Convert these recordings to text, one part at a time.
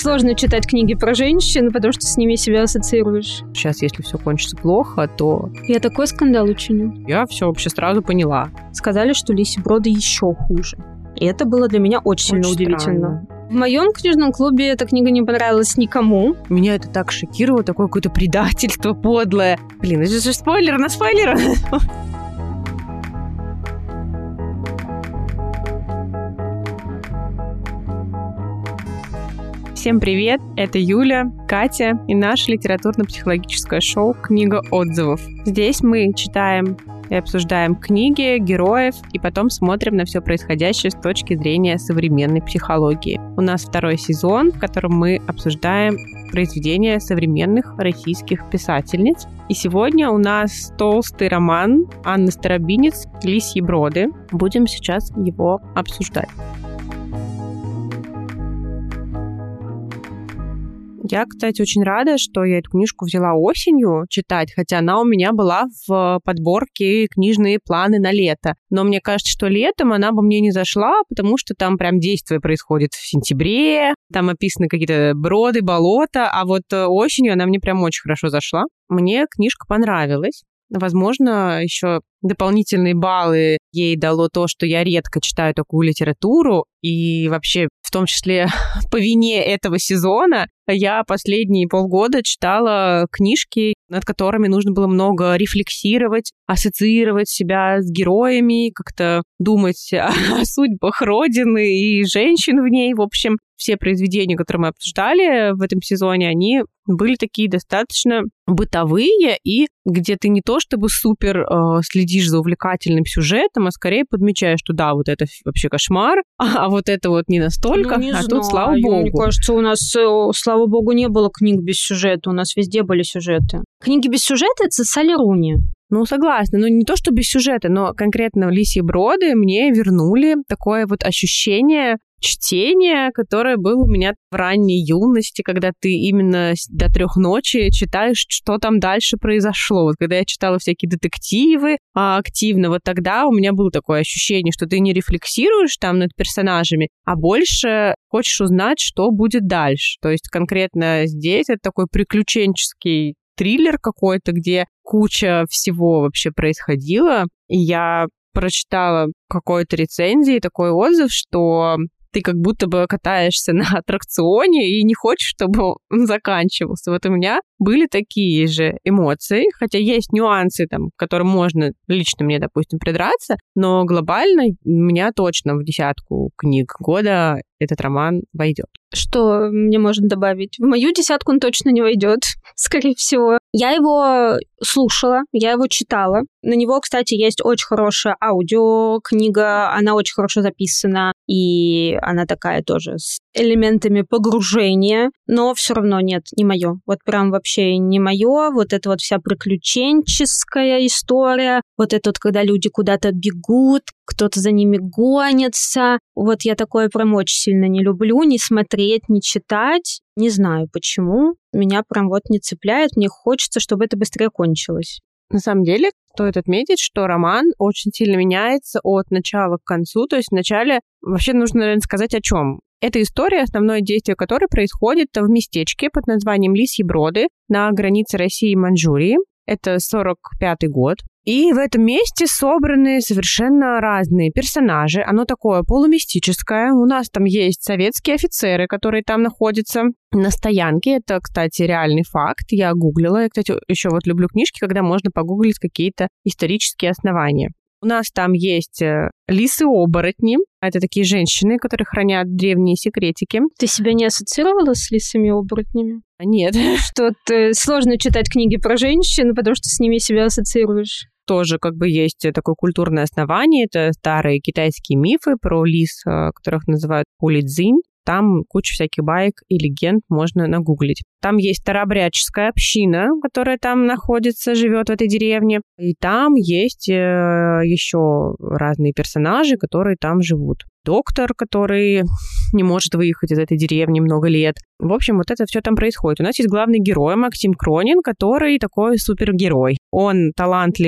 сложно читать книги про женщин, потому что с ними себя ассоциируешь. Сейчас, если все кончится плохо, то... Я такой скандал учиню. Я все вообще сразу поняла. Сказали, что Лиси Броды еще хуже. И это было для меня очень сильно удивительно. Странно. В моем книжном клубе эта книга не понравилась никому. Меня это так шокировало, такое какое-то предательство подлое. Блин, это же спойлер на спойлер. Всем привет, это Юля, Катя и наше литературно-психологическое шоу «Книга отзывов». Здесь мы читаем и обсуждаем книги, героев, и потом смотрим на все происходящее с точки зрения современной психологии. У нас второй сезон, в котором мы обсуждаем произведения современных российских писательниц. И сегодня у нас толстый роман Анны Старобинец «Лисьи броды». Будем сейчас его обсуждать. Я, кстати, очень рада, что я эту книжку взяла осенью читать, хотя она у меня была в подборке «Книжные планы на лето». Но мне кажется, что летом она бы мне не зашла, потому что там прям действие происходит в сентябре, там описаны какие-то броды, болота, а вот осенью она мне прям очень хорошо зашла. Мне книжка понравилась. Возможно, еще дополнительные баллы ей дало то, что я редко читаю такую литературу, и вообще, в том числе по вине этого сезона, я последние полгода читала книжки, над которыми нужно было много рефлексировать, ассоциировать себя с героями, как-то думать о судьбах Родины и женщин в ней. В общем, все произведения, которые мы обсуждали в этом сезоне, они были такие достаточно бытовые, и где ты не то чтобы супер следишь за увлекательным сюжетом, а скорее подмечаешь, что да, вот это вообще кошмар, а вот это вот не настолько, не знаю. Тут, слава богу. Мне кажется, у нас, слава богу, не было книг без сюжета, у нас везде были сюжеты. Книги без сюжета — это Салли Руни. Ну, согласна. Ну, не то, что без сюжета, но конкретно «Лисьи броды» мне вернули такое вот ощущение чтения, которое было у меня в ранней юности, когда ты именно до 3 ночи читаешь, что там дальше произошло. Вот когда я читала всякие детективы активно, вот тогда у меня было такое ощущение, что ты не рефлексируешь там над персонажами, а больше хочешь узнать, что будет дальше. То есть конкретно здесь это такой приключенческий триллер какой-то, где куча всего вообще происходило. И я прочитала какой-то рецензии, такой отзыв, что ты как будто бы катаешься на аттракционе и не хочешь, чтобы он заканчивался. Вот у меня были такие же эмоции, хотя есть нюансы, там, к которым можно лично мне, допустим, придраться, но глобально у меня точно в 10 книг года этот роман войдет. Что мне можно добавить? В мою 10 он точно не войдет, скорее всего. Я его слушала, я его читала. На него, кстати, есть очень хорошая аудиокнига, она очень хорошо записана, и она такая тоже с элементами погружения, но все равно нет, не мое. Вот прям вообще не мое. Вот это вот вся приключенческая история, вот это вот, когда люди куда-то бегут, кто-то за ними гонится. Вот я такое прям очень сильно не люблю, не смотреть, не читать. Не знаю почему. Меня прям вот не цепляет. Мне хочется, чтобы это быстрее кончилось. На самом деле, стоит отметить, что роман очень сильно меняется от начала к концу. То есть вначале вообще нужно, наверное, сказать о чем. Эта история, основное действие которой происходит в местечке под названием Лисьи броды на границе России и Маньчжурии. Это 45-й год. И в этом месте собраны совершенно разные персонажи. Оно такое полумистическое. У нас там есть советские офицеры, которые там находятся на стоянке. Это, кстати, реальный факт. Я гуглила. Я, кстати, еще вот люблю книжки, когда можно погуглить какие-то исторические основания. У нас там есть лисы-оборотни. Это такие женщины, которые хранят древние секретики. Ты себя не ассоциировала с лисами-оборотнями? Нет. Что-то сложно читать книги про женщин, потому что с ними себя ассоциируешь. Тоже как бы есть такое культурное основание. Это старые китайские мифы про лис, которых называют хулидзинь. Там куча всяких баек и легенд можно нагуглить. Там есть старообрядческая община, которая там находится, живет в этой деревне. И там есть еще разные персонажи, которые там живут. Доктор, который не может выехать из этой деревни много лет. В общем, вот это все там происходит. У нас есть главный герой Максим Кронин, который такой супергерой. Он талантливый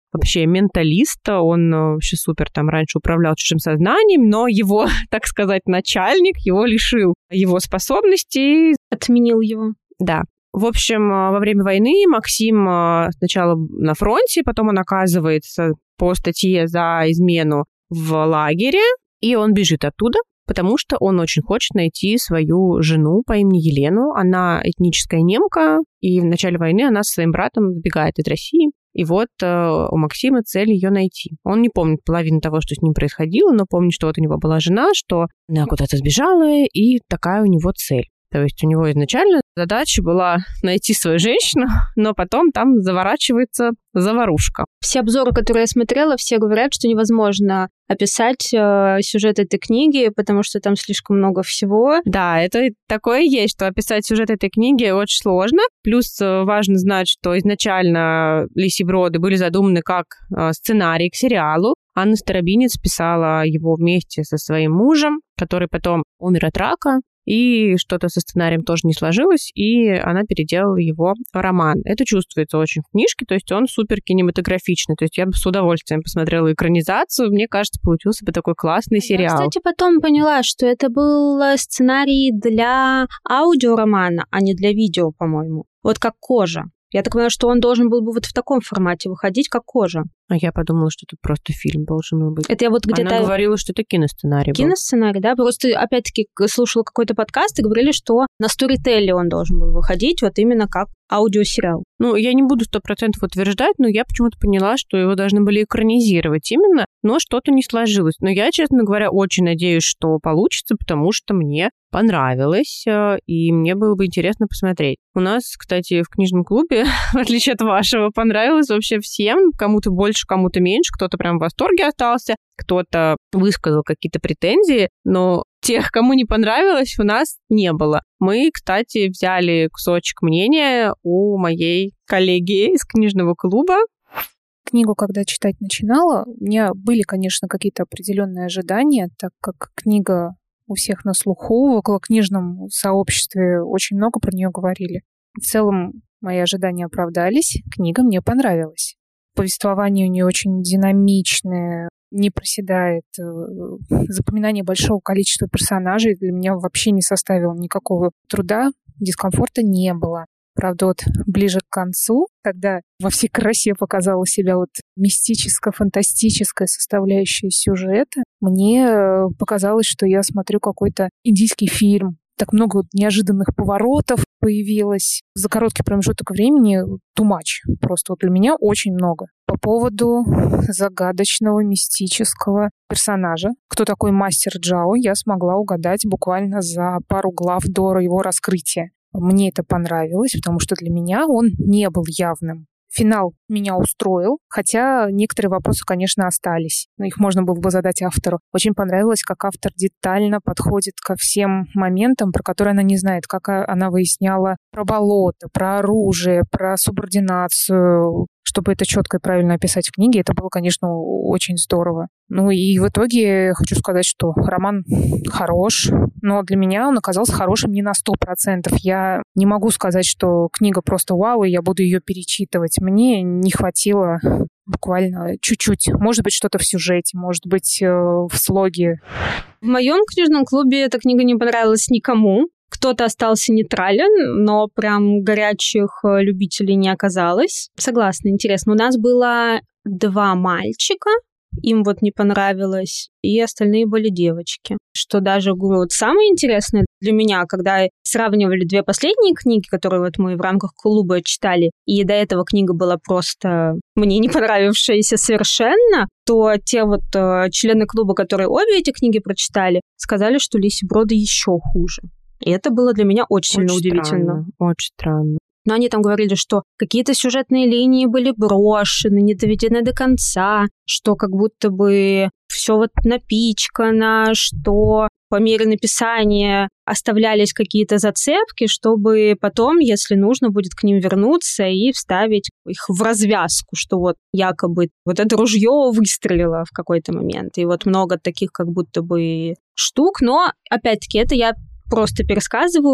вообще менталист, он вообще супер там раньше управлял чужим сознанием, но его, так сказать, начальник его лишил его способностей. Отменил его. Да. В общем, во время войны Максим сначала на фронте, потом он оказывается по статье за измену в лагере, и он бежит оттуда, потому что он очень хочет найти свою жену по имени Елену. Она этническая немка, и в начале войны она со своим братом сбегает из России. И вот у Максима цель ее найти. Он не помнит половину того, что с ним происходило, но помнит, что вот у него была жена, что она куда-то сбежала, и такая у него цель. То есть у него изначально задача была найти свою женщину, но потом там заворачивается заварушка. Все обзоры, которые я смотрела, все говорят, что невозможно описать сюжет этой книги, потому что там слишком много всего. Да, это такое есть, что описать сюжет этой книги очень сложно. Плюс важно знать, что изначально «Лисьи броды» были задуманы как сценарий к сериалу. Анна Старобинец писала его вместе со своим мужем, который потом умер от рака. И что-то со сценарием тоже не сложилось, и она переделала его в роман. Это чувствуется очень в книжке, то есть он супер кинематографичный. То есть я бы с удовольствием посмотрела экранизацию. Мне кажется, получился бы такой классный сериал. Я, кстати, потом поняла, что это был сценарий для аудиоромана, а не для видео, по-моему. Вот как «Кожа». Я так понимаю, что он должен был бы вот в таком формате выходить, как «Кожа». А я подумала, что тут просто фильм должен быть. Это я вот где-то... Она говорила, что это киносценарий был. Киносценарий, да. Просто, опять-таки, слушала какой-то подкаст и говорили, что на Storytel он должен был выходить вот именно как аудиосериал. Ну, я не буду 100% утверждать, но я почему-то поняла, что его должны были экранизировать именно, но что-то не сложилось. Но я, честно говоря, очень надеюсь, что получится, потому что мне понравилось, и мне было бы интересно посмотреть. У нас, кстати, в книжном клубе, в отличие от вашего, понравилось вообще всем, кому-то больше, кому-то меньше, кто-то прям в восторге остался, кто-то высказал какие-то претензии, но тех, кому не понравилось, у нас не было. Мы, кстати, взяли кусочек мнения у моей коллеги из книжного клуба. Книгу, когда читать начинала, у меня были, конечно, какие-то определенные ожидания, так как книга у всех на слуху, в околокнижном сообществе очень много про нее говорили. В целом, мои ожидания оправдались, книга мне понравилась. Повествование у нее очень динамичное, не проседает. Запоминание большого количества персонажей для меня вообще не составило никакого труда, дискомфорта не было. Правда, вот ближе к концу, когда во всей красе показала себя вот мистическо-фантастическая составляющая сюжета, мне показалось, что я смотрю какой-то индийский фильм. Так много вот неожиданных поворотов появилось. За короткий промежуток времени too much. Просто вот для меня очень много. По поводу загадочного, мистического персонажа. Кто такой мастер Джао, я смогла угадать буквально за пару глав до его раскрытия. Мне это понравилось, потому что для меня он не был явным. Финал меня устроил, хотя некоторые вопросы, конечно, остались, но их можно было бы задать автору. Очень понравилось, как автор детально подходит ко всем моментам, про которые она не знает, как она выясняла про болото, про оружие, про субординацию. Чтобы это четко и правильно описать в книге, это было, конечно, очень здорово. Ну и в итоге хочу сказать, что роман хорош, но для меня он оказался хорошим не на 100%. Я не могу сказать, что книга просто вау, и я буду ее перечитывать. Мне не хватило буквально чуть-чуть. Может быть, что-то в сюжете, может быть, в слоге. В моем книжном клубе эта книга не понравилась никому. Кто-то остался нейтрален, но прям горячих любителей не оказалось. Согласна, интересно. У нас было 2 мальчика, им вот не понравилось, и остальные были девочки. Что даже, говорю, вот самое интересное для меня, когда сравнивали 2 последние книги, которые вот мы в рамках клуба читали, и до этого книга была просто мне не понравившаяся совершенно, то те вот члены клуба, которые обе эти книги прочитали, сказали, что «Лисьи броды» еще хуже. И это было для меня очень сильно удивительно. Очень странно. Но они там говорили, что какие-то сюжетные линии были брошены, не доведены до конца, что как будто бы все вот напичкано, что по мере написания оставлялись какие-то зацепки, чтобы потом, если нужно, будет к ним вернуться и вставить их в развязку, что вот якобы вот это ружье выстрелило в какой-то момент. И вот много таких как будто бы штук. Но, опять-таки, это я просто пересказываю. В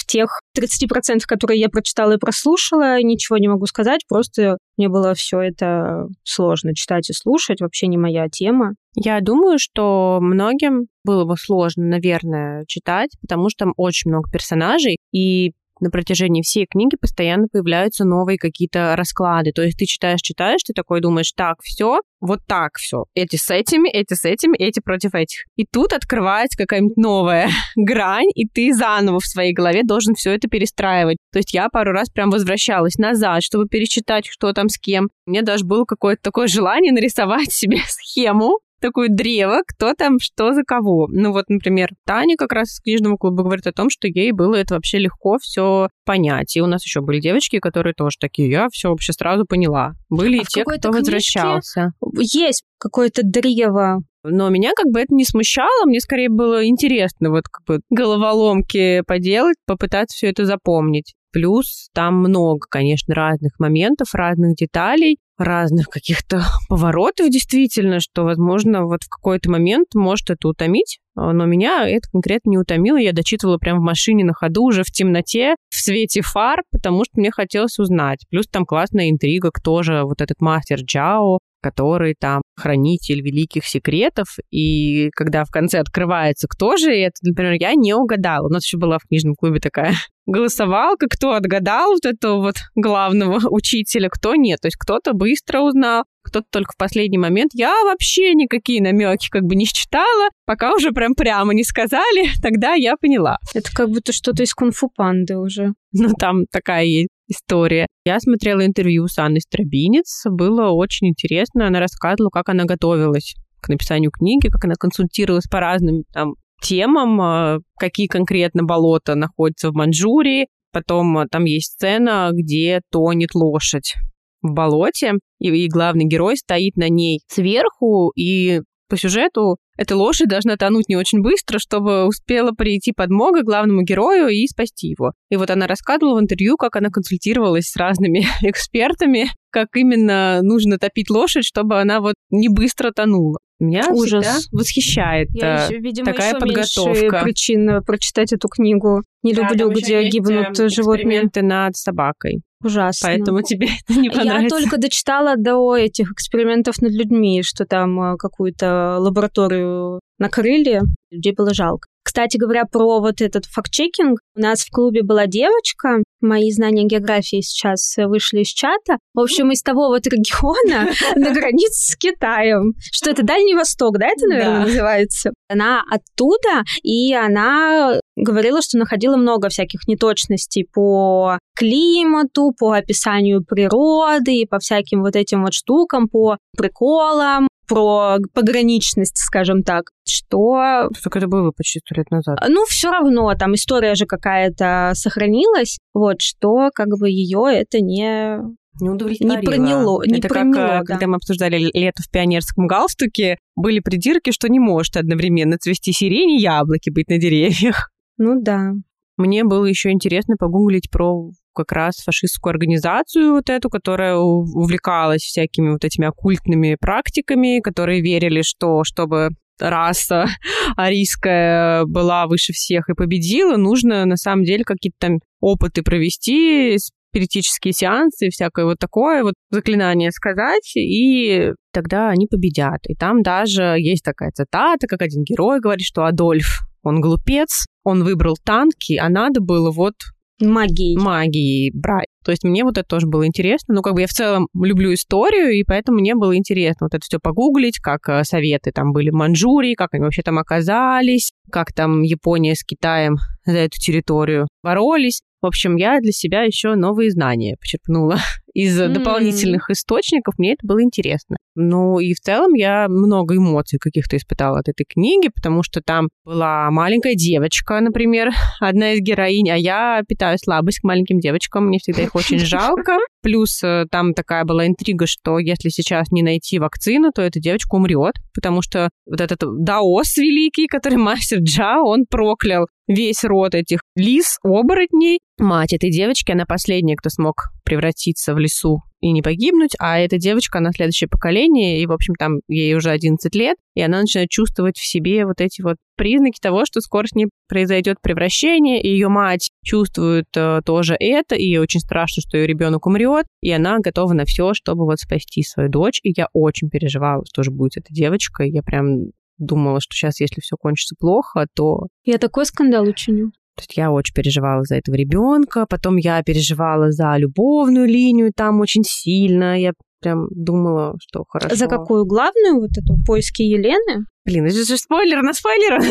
тех 30%, которые я прочитала и прослушала, ничего не могу сказать, просто мне было все это сложно читать и слушать, вообще не моя тема. Я думаю, что многим было бы сложно, наверное, читать, потому что там очень много персонажей, и на протяжении всей книги постоянно появляются новые какие-то расклады. То есть ты читаешь, ты такой думаешь, так, все, вот так все. Эти с этими, эти против этих. И тут открывается какая-нибудь новая грань, и ты заново в своей голове должен все это перестраивать. То есть я пару раз прям возвращалась назад, чтобы перечитать, что там с кем. Мне даже было какое-то такое желание нарисовать себе схему, такое древо, кто там, что за кого. Ну вот, например, Таня как раз из книжного клуба говорит о том, что ей было это вообще легко все понять. И у нас еще были девочки, которые тоже такие, я все вообще сразу поняла. Были и те, кто возвращался. Есть какое-то древо. Но меня как бы это не смущало, мне скорее было интересно вот как бы головоломки поделать, попытаться все это запомнить. Плюс там много, конечно, разных моментов, разных деталей, разных каких-то поворотов действительно, что, возможно, вот в какой-то момент может это утомить, но меня это конкретно не утомило. Я дочитывала прямо в машине на ходу, уже в темноте, в свете фар, потому что мне хотелось узнать. Плюс там классная интрига, кто же вот этот мастер Джао, который там хранитель великих секретов, и когда в конце открывается, кто же это, например, я не угадала. У нас еще была в книжном клубе такая голосовалка, кто отгадал вот этого вот главного учителя, кто нет. То есть кто-то быстро узнал, кто-то только в последний момент. Я вообще никакие намеки как бы не считала, пока уже прямо не сказали, тогда я поняла. Это как будто что-то из кунг-фу панды уже. Ну, там такая есть история. Я смотрела интервью с Анной Стробинец, было очень интересно. Она рассказывала, как она готовилась к написанию книги, как она консультировалась по разным там темам, какие конкретно болота находятся в Манчжурии. Потом там есть сцена, где тонет лошадь в болоте, и главный герой стоит на ней сверху, и по сюжету эта лошадь должна тонуть не очень быстро, чтобы успела прийти подмога главному герою и спасти его. И вот она рассказывала в интервью, как она консультировалась с разными экспертами, как именно нужно топить лошадь, чтобы она вот не быстро тонула. Меня всегда восхищает такая подготовка. Причин прочитать эту книгу. Не люблю, где гибнут животные. Эксперименты над собакой. Ужасно. Поэтому тебе это не понравится. Я только дочитала до этих экспериментов над людьми, что там какую-то лабораторию накрыли, людей было жалко. Кстати говоря, про вот этот факт-чекинг, у нас в клубе была девочка, мои знания географии сейчас вышли из чата, в общем, из того вот региона на границе с Китаем, что это Дальний Восток, да, это, наверное, называется? Она оттуда, и она говорила, что находила много всяких неточностей по климату, по описанию природы, и по всяким вот этим вот штукам, по приколам, про пограничность, скажем так, что... Так это было почти 100 лет назад. Ну, все равно, там история же какая-то сохранилась, вот, что как бы ее это не проняло. Это как, когда мы обсуждали лето в пионерском галстуке, были придирки, что не может одновременно цвести сирень и яблоки быть на деревьях. Ну да. Мне было еще интересно погуглить про как раз фашистскую организацию вот эту, которая увлекалась всякими вот этими оккультными практиками, которые верили, что чтобы раса арийская была выше всех и победила, нужно на самом деле какие-то там опыты провести, спиритические сеансы и всякое вот такое вот заклинание сказать, и тогда они победят. И там даже есть такая цитата, как один герой говорит, что Адольф, он глупец, он выбрал танки, а надо было вот магией брать. То есть мне вот это тоже было интересно. Ну, как бы я в целом люблю историю, и поэтому мне было интересно вот это все погуглить, как советы там были в Манчжурии, как они вообще там оказались, как там Япония с Китаем за эту территорию боролись. В общем, я для себя еще новые знания почерпнула из дополнительных источников. Мне это было интересно. Ну и в целом я много эмоций каких-то испытала от этой книги, потому что там была маленькая девочка, например, одна из героинь, а я питаю слабость к маленьким девочкам, мне всегда их очень жалко. Плюс там такая была интрига, что если сейчас не найти вакцину, то эта девочка умрет, потому что вот этот даос великий, который мастер Джао, он проклял весь род этих лис-оборотней. Мать этой девочки, она последняя, кто смог превратиться в лису и не погибнуть, а эта девочка, она следующее поколение, и, в общем, там ей уже 11 лет, и она начинает чувствовать в себе вот эти вот признаки того, что скоро с ней произойдет превращение, и ее мать чувствует тоже это, и очень страшно, что ее ребенок умрет, и она готова на все, чтобы вот спасти свою дочь. И я очень переживала, что же будет с этой девочкой. Я прям думала, что сейчас, если все кончится плохо, то... Я такой скандал учиню. То есть я очень переживала за этого ребенка, потом я переживала за любовную линию там очень сильно. Я прям думала, что хорошо. За какую? Главную вот эту? Поиски Елены? Блин, это же спойлер на спойлер.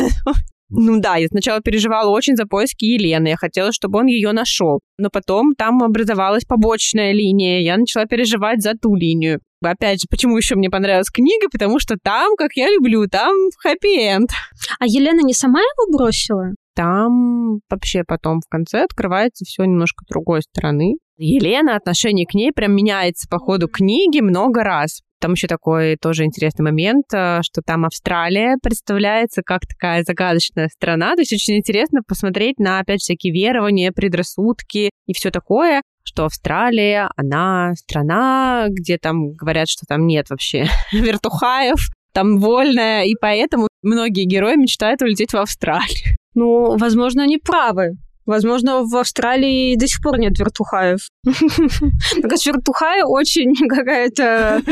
Ну да, я сначала переживала очень за поиски Елены. Я хотела, чтобы он ее нашел. Но потом там образовалась побочная линия. Я начала переживать за ту линию. Опять же, почему еще мне понравилась книга? Потому что там, как я люблю, там хэппи-энд. А Елена не сама его бросила? Там вообще потом в конце открывается все немножко другой стороны. Елена, отношение к ней прям меняется по ходу книги много раз. Там еще такой тоже интересный момент, что там Австралия представляется как такая загадочная страна. То есть очень интересно посмотреть на, опять, всякие верования, предрассудки и все такое, что Австралия, она страна, где там говорят, что там нет вообще вертухаев, там вольная, и поэтому многие герои мечтают улететь в Австралию. Ну, возможно, они правы. Возможно, в Австралии до сих пор нет вертухаев. Потому что вертухаи очень какая-то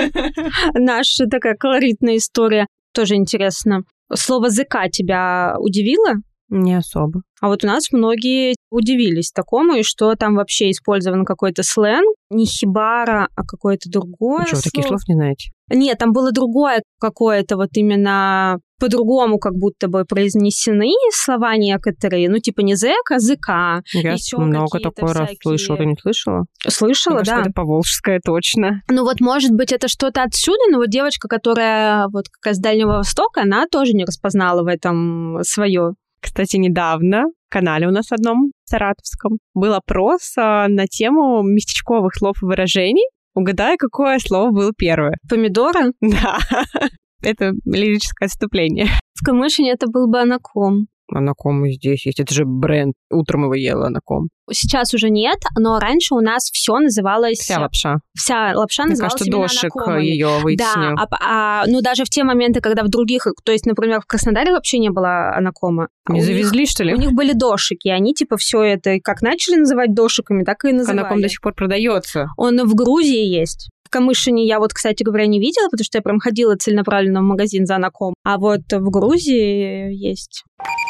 наша такая колоритная история. Тоже интересно. Слово «ЗК» тебя удивило? Не особо. А вот у нас многие удивились такому, и что там вообще использован какой-то сленг. Не хибара, а какое-то другое. Вы что, таких слов не знаете? Нет, там было другое какое-то вот именно по-другому как будто бы произнесены слова некоторые. Ну, типа не зэк, а зыка. Я много такой раз слышала. Ты не слышала? Слышала, да. Это поволжское точно. Ну вот, может быть, это что-то отсюда, но вот девочка, которая вот как раз с Дальнего Востока, она тоже не распознала в этом свое. Кстати, недавно в канале у нас одном, саратовском, был опрос на тему местечковых слов и выражений. Угадай, какое слово было первое? Помидоры? Да, это лирическое отступление. В Камышине это был бы анаком. Анаком и здесь есть. Это же бренд. Утром его ела анаком. Сейчас уже нет, но раньше у нас все называлось... Вся лапша. Вся лапша называлась именно дошик анакомами. ее вытеснил. Да, ну даже в те моменты, когда в других... То есть, например, в Краснодаре вообще не было анакома. Не завезли, что ли? У них были дошики, и они типа все это как начали называть дошиками, так и называли. Анаком до сих пор продается. Он в Грузии есть. В Камышине я вот, кстати говоря, не видела, потому что я прям ходила целенаправленно в магазин за анаком. А вот в Грузии есть.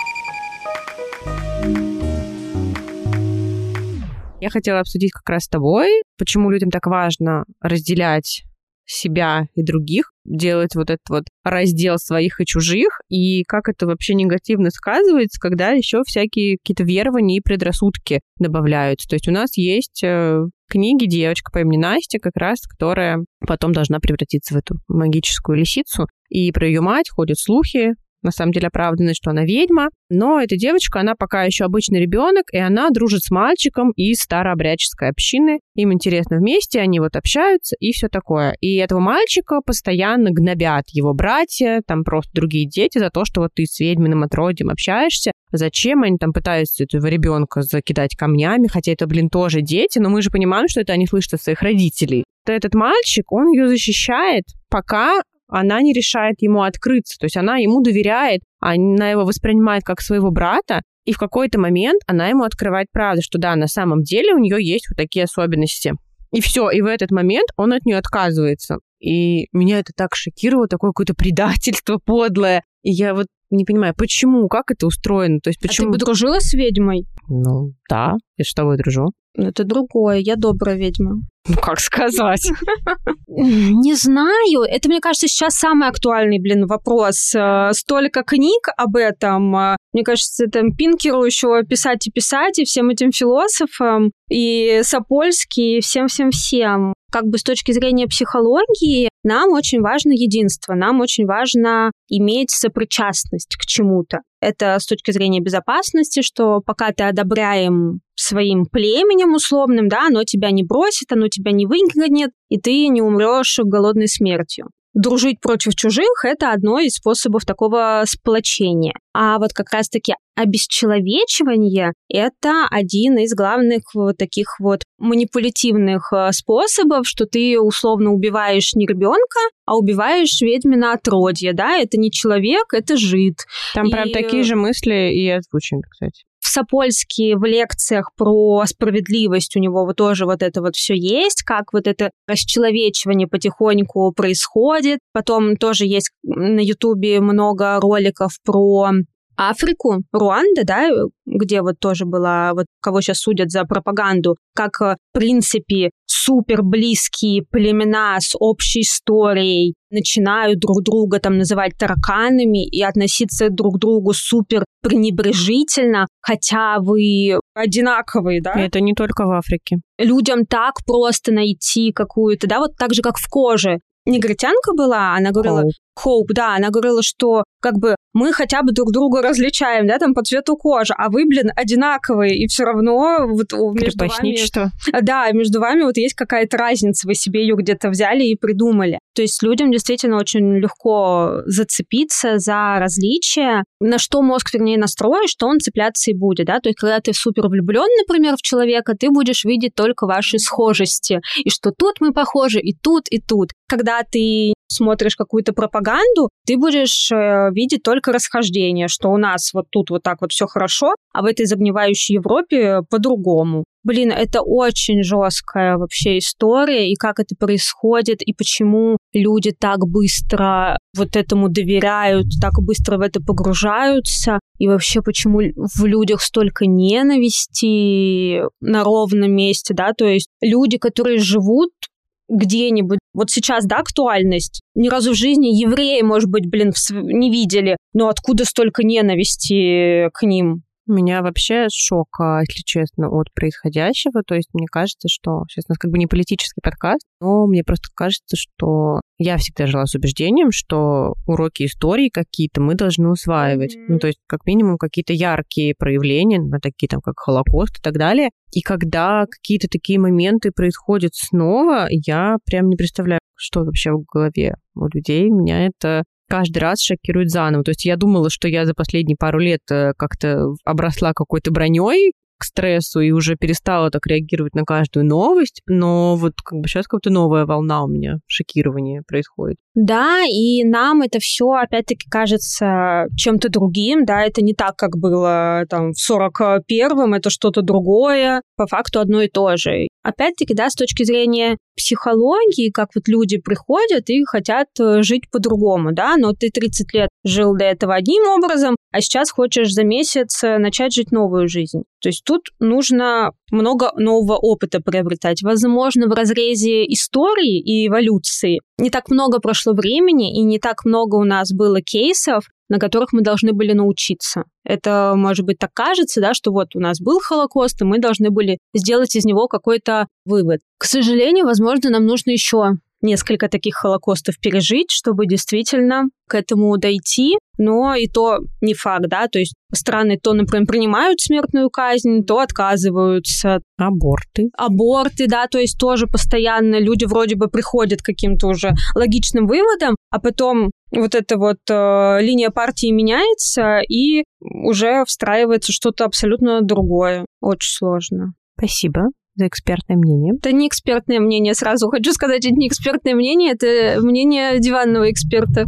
Я хотела обсудить как раз с тобой, почему людям так важно разделять себя и других, делать вот этот вот раздел своих и чужих, и как это вообще негативно сказывается, когда еще всякие какие-то верования и предрассудки добавляются. То есть у нас есть книги девочка по имени Настя, как раз, которая потом должна превратиться в эту магическую лисицу, и про ее мать ходят слухи, на самом деле оправданно, что она ведьма, но эта девочка, она пока еще обычный ребенок, и она дружит с мальчиком из старообрядческой общины. Им интересно вместе, они вот общаются и все такое. И этого мальчика постоянно гнобят его братья, там просто другие дети за то, что вот ты с ведьминым отродьем общаешься. Зачем они там пытаются этого ребенка закидать камнями, хотя это, тоже дети, но мы же понимаем, что это они слышат от своих родителей. То этот мальчик, он ее защищает, пока она не решает ему открыться. То есть она ему доверяет, она его воспринимает как своего брата, и в какой-то момент она ему открывает правду, что да, на самом деле у нее есть вот такие особенности. И все, и в этот момент он от нее отказывается. И меня это так шокировало, такое какое-то предательство подлое. И я вот не понимаю, почему, как это устроено? То есть почему... А ты бы дружила с ведьмой? Ну, да. Я с тобой дружу. Это другое. Я добрая ведьма. Ну, как сказать? Не знаю. Это, мне кажется, сейчас самый актуальный, вопрос. Столько книг об этом. Мне кажется, там Пинкеру еще писать, и всем этим философам, и Сапольски, и всем-всем-всем. Как бы с точки зрения психологии нам очень важно единство, нам очень важно иметь сопричастность к чему-то. Это с точки зрения безопасности, что пока ты одобряем своим племенем условным, да, оно тебя не бросит, оно тебя не выгонит, и ты не умрешь голодной смертью. Дружить против чужих – это одно из способов такого сплочения. А вот как раз-таки обесчеловечивание – это один из главных вот таких вот манипулятивных способов, что ты условно убиваешь не ребенка, а убиваешь ведьмино отродье, да, это не человек, это жид. Там прям такие же мысли и озвучены, кстати. В в Сапольске в лекциях про справедливость у него тоже вот это вот все есть, как вот это расчеловечивание потихоньку происходит. Потом тоже есть на Ютубе много роликов про Африку, Руанда, да, где вот тоже была, вот кого сейчас судят за пропаганду, как, в принципе, супер близкие племена с общей историей начинают друг друга там называть тараканами и относиться друг к другу супер пренебрежительно, хотя вы одинаковые, да? Это не только в Африке. Людям так просто найти какую-то, да, вот так же, как в коже. Негритянка была, она говорила... Хоуп, да, она говорила, что как бы мы хотя бы друг друга различаем, да, там по цвету кожи, а вы, одинаковые, и все равно вот между вами... Да, между вами вот есть какая-то разница, вы себе ее где-то взяли и придумали. То есть людям действительно очень легко зацепиться за различия, на что мозг, вернее, настроен, что он цепляться и будет, да, то есть когда ты супер влюблен, например, в человека, ты будешь видеть только ваши схожести, и что тут мы похожи, и тут, и тут. Когда ты смотришь какую-то пропаганду, ты будешь видеть только расхождение, что у нас вот тут вот так вот все хорошо, а в этой загнивающей Европе по-другому. Блин, это очень жесткая вообще история, и как это происходит, и почему люди так быстро вот этому доверяют, так быстро в это погружаются, и вообще почему в людях столько ненависти на ровном месте, да, то есть люди, которые живут где-нибудь. Вот сейчас, да, актуальность. Ни разу в жизни евреи, может быть, не видели, но откуда столько ненависти к ним? У меня вообще шок, если честно, от происходящего. То есть мне кажется, что... Сейчас у нас как бы не политический подкаст, но мне просто кажется, что я всегда жила с убеждением, что уроки истории какие-то мы должны усваивать. Ну, то есть как минимум какие-то яркие проявления, такие там, как Холокост и так далее. И когда какие-то такие моменты происходят снова, я прям не представляю, что вообще в голове у людей. Меня это каждый раз шокирует заново. То есть я думала, что я за последние пару лет как-то обросла какой-то броней к стрессу и уже перестала так реагировать на каждую новость, но вот как бы сейчас какая-то новая волна у меня шокирования происходит. Да, и нам это все опять-таки кажется чем-то другим, да, это не так, как было там в 41-м, это что-то другое, по факту одно и то же. Опять-таки, да, с точки зрения психологии, как вот люди приходят и хотят жить по-другому, да, но ты 30 лет жил до этого одним образом, а сейчас хочешь за месяц начать жить новую жизнь. То есть тут нужно много нового опыта приобретать. Возможно, в разрезе истории и эволюции не так много прошло времени, и не так много у нас было кейсов, на которых мы должны были научиться. Это, может быть, так кажется, да, что вот у нас был Холокост, и мы должны были сделать из него какой-то вывод. К сожалению, возможно, нам нужно еще несколько таких Холокостов пережить, чтобы действительно к этому дойти, но и то не факт, да, то есть страны то, например, принимают смертную казнь, то отказываются. Аборты, да, то есть тоже постоянно люди вроде бы приходят к каким-то уже логичным выводам, а потом вот эта вот линия партии меняется, и уже встраивается что-то абсолютно другое. Очень сложно. Спасибо за экспертное мнение. Это не экспертное мнение, сразу хочу сказать, это не экспертное мнение, это мнение диванного эксперта.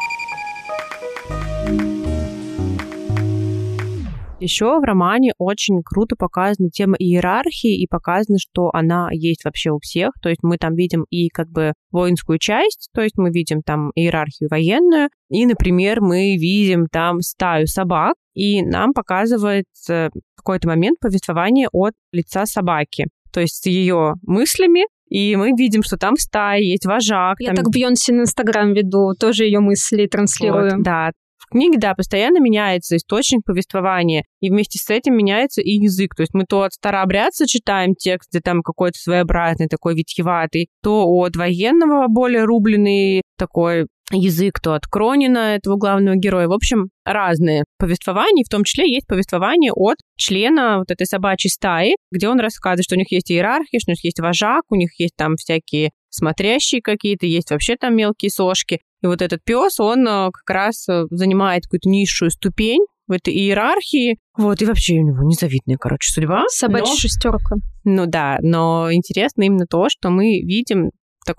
Еще в романе очень круто показана тема иерархии и показано, что она есть вообще у всех. То есть мы там видим и как бы воинскую часть, то есть мы видим там иерархию военную, и, например, мы видим там стаю собак, и нам показывается в какой-то момент повествование от лица собаки, то есть с ее мыслями. И мы видим, что там в стае есть вожак. Я там... так Бейонсе на Инстаграм веду, тоже ее мысли транслирую. Вот, да. В книге, да, постоянно меняется источник повествования, и вместе с этим меняется и язык. То есть мы то от старообрядца читаем текст, где там какой-то своеобразный, такой витьеватый, то от военного более рубленый такой язык, то от Кронина, этого главного героя. В общем, разные повествования, в том числе есть повествование от члена вот этой собачьей стаи, где он рассказывает, что у них есть иерархия, что у них есть вожак, у них есть там всякие смотрящие какие-то, есть вообще там мелкие сошки. И вот этот пес, он как раз занимает какую-то низшую ступень в этой иерархии. Вот, и вообще у него незавидная, судьба. Собачья шестерка. Ну да, но интересно именно то, что мы видим в таком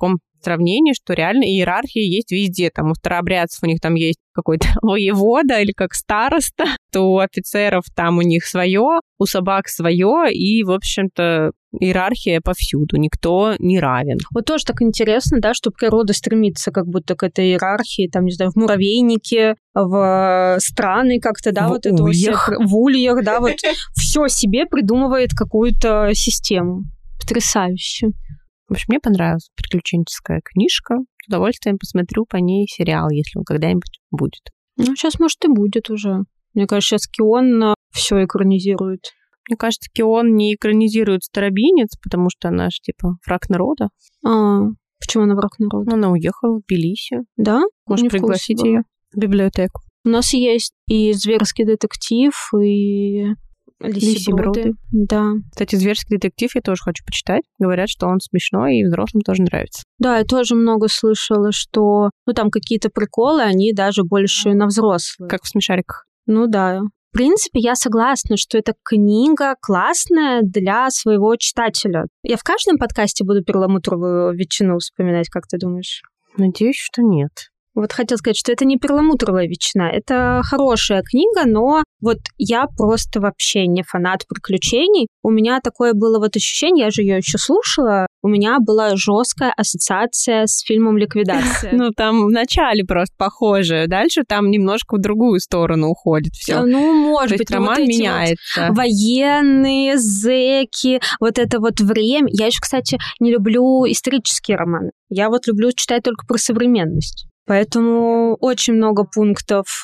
сравнение, что реально иерархия есть везде. Там у старообрядцев у них там есть какой-то воевода или как староста, то у офицеров там у них свое, у собак свое, и, в общем-то, иерархия повсюду, никто не равен. Вот тоже так интересно, да, что природа стремится как будто к этой иерархии, там, не знаю, в муравейнике, в страны как-то, да, вот это в ульях, да, вот все себе придумывает какую-то систему. Потрясающе. В общем, мне понравилась приключенческая книжка. С удовольствием посмотрю по ней сериал, если он когда-нибудь будет. Ну, сейчас, может, и будет уже. Мне кажется, сейчас Кион все экранизирует. Мне кажется, Кион не экранизирует Старобинец, потому что она же, типа, враг народа. Почему она враг народа? Она уехала в Тбилиси. Да? Может, пригласить ее в библиотеку. У нас есть и «Зверский детектив», и «Лисиброды». Да. Кстати, «Зверский детектив» я тоже хочу почитать. Говорят, что он смешной, и взрослым тоже нравится. Да, я тоже много слышала, что там какие-то приколы, они даже больше на взрослых. Как в «Смешариках». Ну да. В принципе, я согласна, что эта книга классная для своего читателя. Я в каждом подкасте буду перламутровую ветчину вспоминать, как ты думаешь? Надеюсь, что нет. Вот хотела сказать, что это не перламутровая ветчина, это хорошая книга, но вот я просто вообще не фанат приключений. У меня такое было вот ощущение, я же ее еще слушала, у меня была жесткая ассоциация с фильмом «Ликвидация». Ну, там в начале просто похоже, дальше там немножко в другую сторону уходит все. Ну, может быть, роман вот меняется. Вот военные, зэки, вот это вот время. Я еще, кстати, не люблю исторические романы. Я вот люблю читать только про современность. Поэтому очень много пунктов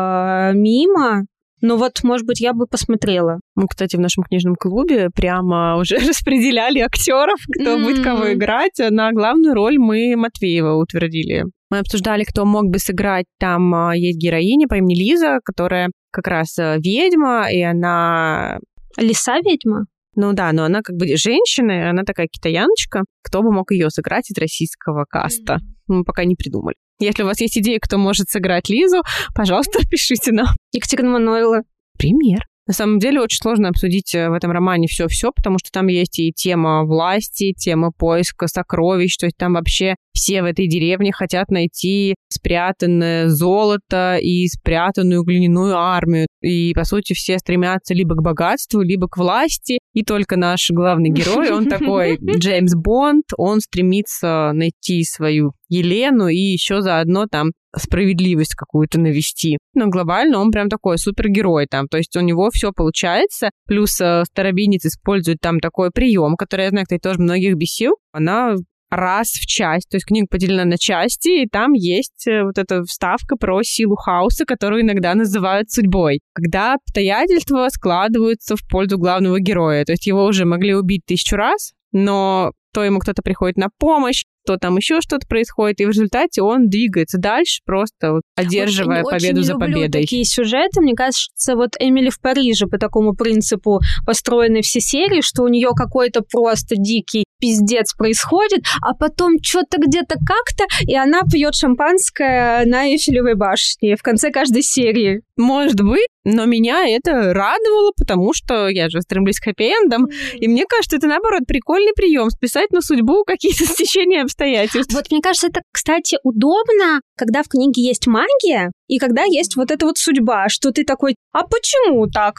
мимо. Но вот, может быть, я бы посмотрела. Мы, кстати, в нашем книжном клубе прямо уже распределяли актеров, кто будет кого играть. На главную роль мы Матвеева утвердили. Мы обсуждали, кто мог бы сыграть. Там есть героиня по имени Лиза, которая как раз ведьма, и она... Лиса-ведьма? Ну да, но она как бы женщина, и она такая китаяночка. Кто бы мог ее сыграть из российского каста? Мы пока не придумали. Если у вас есть идеи, кто может сыграть Лизу, пожалуйста, пишите нам. Екатерина Манойла. Пример. На самом деле очень сложно обсудить в этом романе все-все, потому что там есть и тема власти, тема поиска сокровищ, то есть там вообще все в этой деревне хотят найти спрятанное золото и спрятанную глиняную армию. И, по сути, все стремятся либо к богатству, либо к власти. И только наш главный герой, он такой Джеймс Бонд, он стремится найти свою Елену и еще заодно там справедливость какую-то навести. Но глобально он прям такой супергерой там. То есть у него все получается. Плюс Старобинец использует там такой прием, который, я знаю, кстати, тоже многих бесил. Она раз в часть, то есть книга поделена на части, и там есть вот эта вставка про силу хаоса, которую иногда называют судьбой. Когда обстоятельства складываются в пользу главного героя. То есть его уже могли убить 1000 раз, но то ему кто-то приходит на помощь, то там еще что-то происходит, и в результате он двигается дальше, просто вот одерживая победу за победой. Люблю такие сюжеты. Мне кажется, вот Эмили в Париже по такому принципу построены все серии, что у нее какой-то просто дикий пиздец происходит, а потом что-то где-то как-то, и она пьет шампанское на Эйфелевой башне в конце каждой серии. Может быть, но меня это радовало, потому что я же стремлюсь к хэппи-эндам, и мне кажется, это, наоборот, прикольный прием списать на судьбу какие-то стечения обстоятельств. Вот мне кажется, это, кстати, удобно, когда в книге есть магия, и когда есть вот эта вот судьба, что ты такой, а почему так?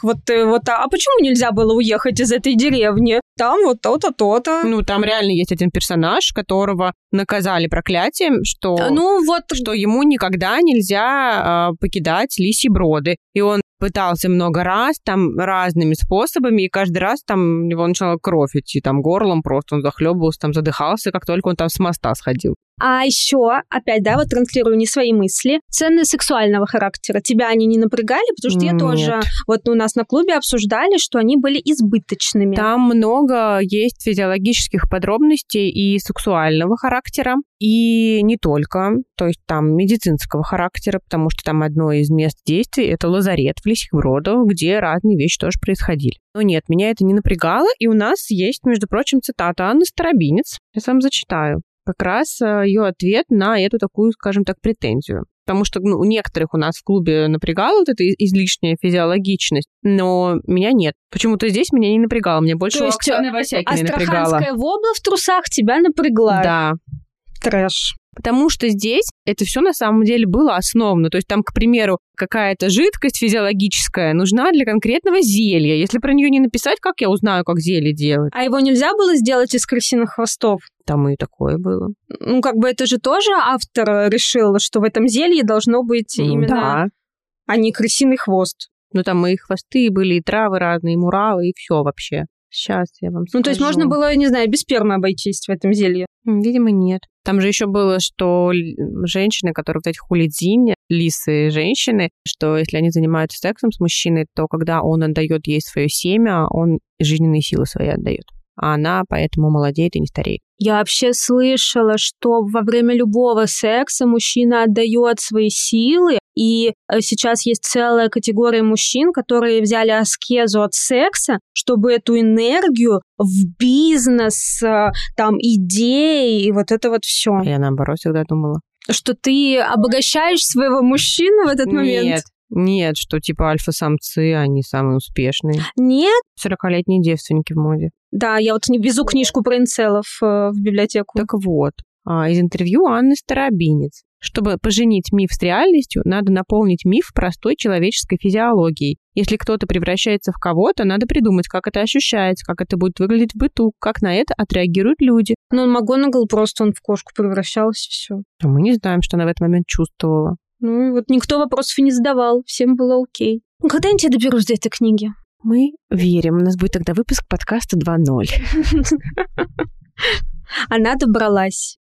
А почему нельзя было уехать из этой деревни? Там вот то-то, то-то. Ну, там реально есть один персонаж, которого наказали проклятием, что ему никогда нельзя покидать Лисьи Броды. И он пытался много раз, там, разными способами, и каждый раз там у него начала кровь идти, там, горлом просто он захлебывался, там, задыхался, как только он там с моста сходил. А еще, опять, да, вот транслирую не свои мысли, цены сексуального характера. Тебя они не напрягали? Потому что я тоже, вот у нас на клубе обсуждали, что они были избыточными. Там много есть физиологических подробностей и сексуального характера, и не только, то есть там медицинского характера, потому что там одно из мест действий — это лазарет в Лисьих Бродах, где разные вещи тоже происходили. Но нет, меня это не напрягало, и у нас есть, между прочим, цитата Анны Старобинец. Я вам зачитаю. Как раз ее ответ на эту такую, скажем так, претензию. Потому что у некоторых у нас в клубе напрягала вот эта излишняя физиологичность, но меня нет. Почему-то здесь меня не напрягало, мне больше Оксаны Васякиной напрягало. Астраханская вобла в трусах тебя напрягла. Да. Трэш. Потому что здесь это все на самом деле было основано. То есть там, к примеру, какая-то жидкость физиологическая нужна для конкретного зелья. Если про нее не написать, как я узнаю, как зелье делать? А его нельзя было сделать из крысиных хвостов? Там и такое было. Ну, как бы это же тоже автор решил, что в этом зелье должно быть именно... Да. А не крысиный хвост. Ну, там и хвосты были, и травы разные, и муравы, и все вообще. Сейчас я вам скажу. Ну, то есть можно было, не знаю, без спермы обойтись в этом зелье? Видимо, нет. Там же еще было, что женщины, которые вот эти хулидзинь, лисы женщины, что если они занимаются сексом с мужчиной, то когда он отдает ей свое семя, он жизненные силы свои отдает. А она поэтому молодеет и не стареет. Я вообще слышала, что во время любого секса мужчина отдает свои силы, и сейчас есть целая категория мужчин, которые взяли аскезу от секса, чтобы эту энергию в бизнес, там, идеи и вот это вот все. Я наоборот всегда думала. Что ты обогащаешь своего мужчину в этот момент? Нет, что типа альфа-самцы, они самые успешные. Нет? 40-летние девственники в моде. Да, я вот везу книжку про инцелов в библиотеку. Так вот, из интервью Анны Старобинец. Чтобы поженить миф с реальностью, надо наполнить миф простой человеческой физиологией. Если кто-то превращается в кого-то, надо придумать, как это ощущается, как это будет выглядеть в быту, как на это отреагируют люди. Ну, МакГонагал просто он в кошку превращался, все. А мы не знаем, что она в этот момент чувствовала. Ну, и вот никто вопросов и не задавал, всем было окей. Ну, когда-нибудь я доберусь до этой книги. Мы верим. У нас будет тогда выпуск подкаста 2.0. Она добралась.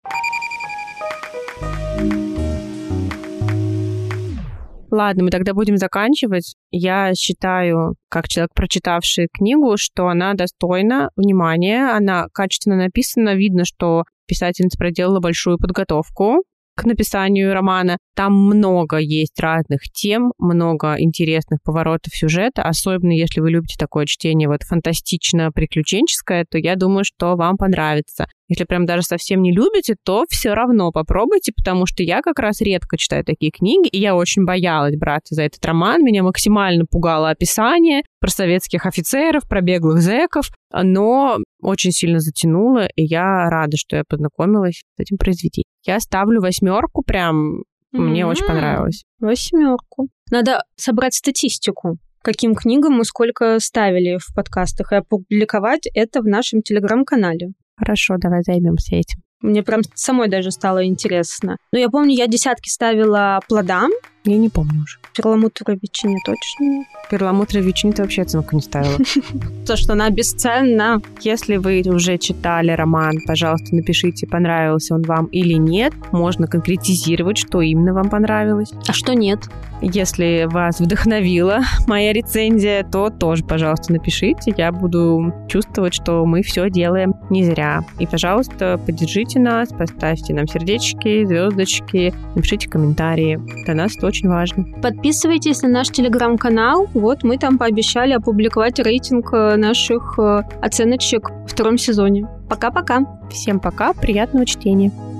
Ладно, мы тогда будем заканчивать. Я считаю, как человек, прочитавший книгу, что она достойна внимания, она качественно написана, видно, что писательница проделала большую подготовку к написанию романа. Там много есть разных тем, много интересных поворотов сюжета, особенно если вы любите такое чтение вот фантастично-приключенческое, то я думаю, что вам понравится. Если прям даже совсем не любите, то все равно попробуйте, потому что я как раз редко читаю такие книги, и я очень боялась браться за этот роман. Меня максимально пугало описание про советских офицеров, про беглых зэков, но очень сильно затянуло, и я рада, что я познакомилась с этим произведением. Я ставлю 8 прям, мне очень понравилось. 8. Надо собрать статистику, каким книгам мы сколько ставили в подкастах, и опубликовать это в нашем телеграм-канале. Хорошо, давай займемся этим. Мне прям самой даже стало интересно. Но я помню, я 10 ставила плодам. Я не помню уже. Перламутровой ветчине точно нет. Перламутровой ветчине ты вообще оценку не ставила. То, что она бесценна. Если вы уже читали роман, пожалуйста, напишите, понравился он вам или нет. Можно конкретизировать, что именно вам понравилось. А что нет? Если вас вдохновила моя рецензия, то тоже, пожалуйста, напишите. Я буду чувствовать, что мы все делаем не зря. И, пожалуйста, поддержите нас, поставьте нам сердечки, звездочки, напишите комментарии. Для нас это очень важно. Подписывайтесь на наш телеграм-канал. Вот мы там пообещали опубликовать рейтинг наших оценочек в 2 сезоне. Пока-пока. Всем пока, приятного чтения.